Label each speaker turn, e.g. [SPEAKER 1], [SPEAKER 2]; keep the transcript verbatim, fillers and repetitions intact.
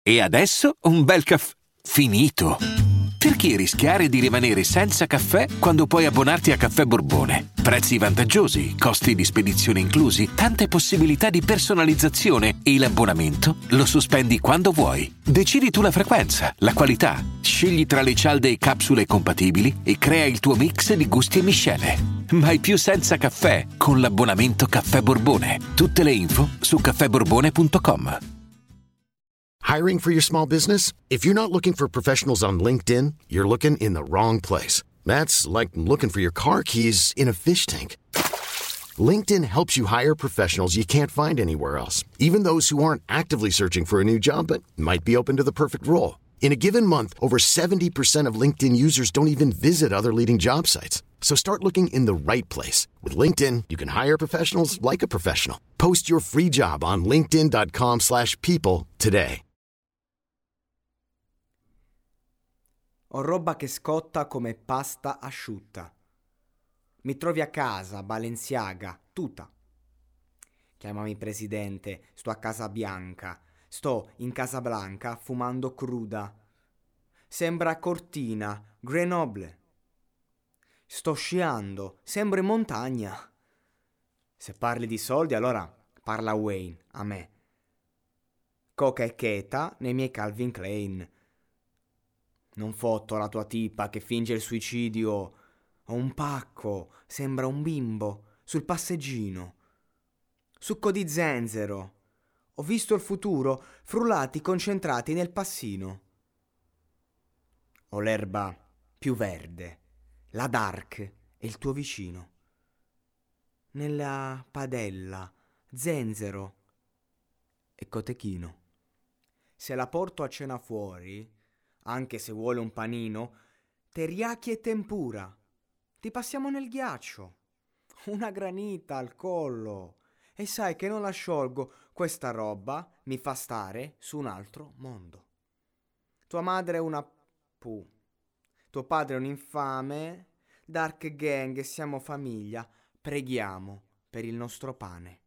[SPEAKER 1] E adesso un bel caffè finito. Perché rischiare di rimanere senza caffè quando puoi abbonarti a Caffè Borbone? Prezzi vantaggiosi, costi di spedizione inclusi, tante possibilità di personalizzazione e l'abbonamento lo sospendi quando vuoi. Decidi tu la frequenza, la qualità, scegli tra le cialde e capsule compatibili e crea il tuo mix di gusti e miscele. Mai più senza caffè con l'abbonamento Caffè Borbone. Tutte le info su caffè borbone punto com.
[SPEAKER 2] Hiring for your small business? If you're not looking for professionals on LinkedIn, you're looking in the wrong place. That's like looking for your car keys in a fish tank. LinkedIn helps you hire professionals you can't find anywhere else, even those who aren't actively searching for a new job but might be open to the perfect role. In a given month, over seventy percent of LinkedIn users don't even visit other leading job sites. So start looking in the right place. With LinkedIn, you can hire professionals like a professional. Post your free job on linkedin dot com slash people today.
[SPEAKER 3] Ho roba che scotta come pasta asciutta. Mi trovi a casa, Balenciaga, tuta. Chiamami presidente, sto a Casa Bianca. Sto in Casablanca fumando cruda. Sembra Cortina, Grenoble. Sto sciando, sembra in montagna. Se parli di soldi, allora parla Wayne, a me. Coca e cheta nei miei Calvin Klein. Non fotto la tua tipa che finge il suicidio. Ho un pacco, sembra un bimbo, sul passeggino. Succo di zenzero. Ho visto il futuro, frullati concentrati nel passino. Ho l'erba più verde, la dark e il tuo vicino. Nella padella, zenzero e cotechino. Se la porto a cena fuori, anche se vuole un panino, teriyaki e tempura. Ti passiamo nel ghiaccio. Una granita al collo. E sai che non la sciolgo, questa roba mi fa stare su un altro mondo. Tua madre è una pu. Tuo padre è un infame. Dark gang e siamo famiglia. Preghiamo per il nostro pane.